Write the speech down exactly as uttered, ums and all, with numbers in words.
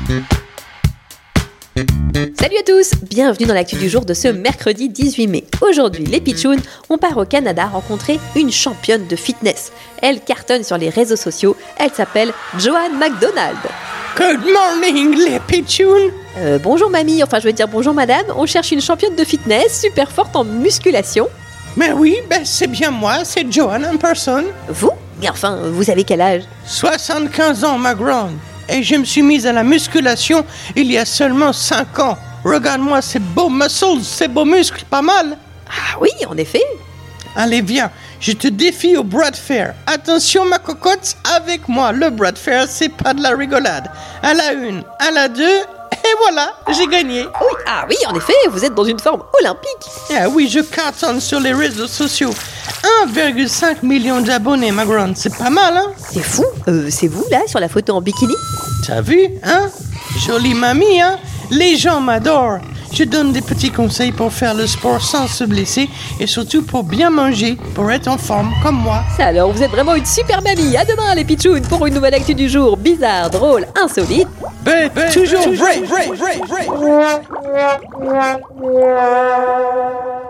Salut à tous, bienvenue dans l'actu du jour de ce mercredi dix-huit mai. Aujourd'hui, les Pitchouns, on part au Canada rencontrer une championne de fitness. Elle cartonne sur les réseaux sociaux, elle s'appelle Joanne McDonald. Good morning, les Pitchouns. Euh, bonjour mamie, enfin je veux dire bonjour madame, on cherche une championne de fitness super forte en musculation. Mais oui, ben c'est bien moi, c'est Joanne en personne. Vous ? Mais enfin, vous avez quel âge ? soixante-quinze ans, ma grande. Et je me suis mise à la musculation il y a seulement cinq ans. Regarde-moi ces beaux muscles, ces beaux muscles, pas mal. Ah oui, en effet. Allez, viens, je te défie au bras de fer. Attention, ma cocotte, avec moi. Le bras de fer, c'est pas de la rigolade. À la une, à la deux, et voilà, j'ai gagné. Oui, ah oui, en effet, vous êtes dans une forme olympique. Ah oui, je cartonne sur les réseaux sociaux. un virgule cinq million d'abonnés, ma grande, c'est pas mal, hein? C'est fou, euh, c'est vous là, sur la photo en bikini ? T'as vu, hein? Jolie mamie, hein? Les gens m'adorent. Je donne des petits conseils pour faire le sport sans se blesser et surtout pour bien manger, pour être en forme comme moi. Ça alors, vous êtes vraiment une super mamie. À demain les Pitchouns pour une nouvelle actu du jour, bizarre, drôle, insolite. Ben, ben toujours vrai, vrai, vrai, vrai.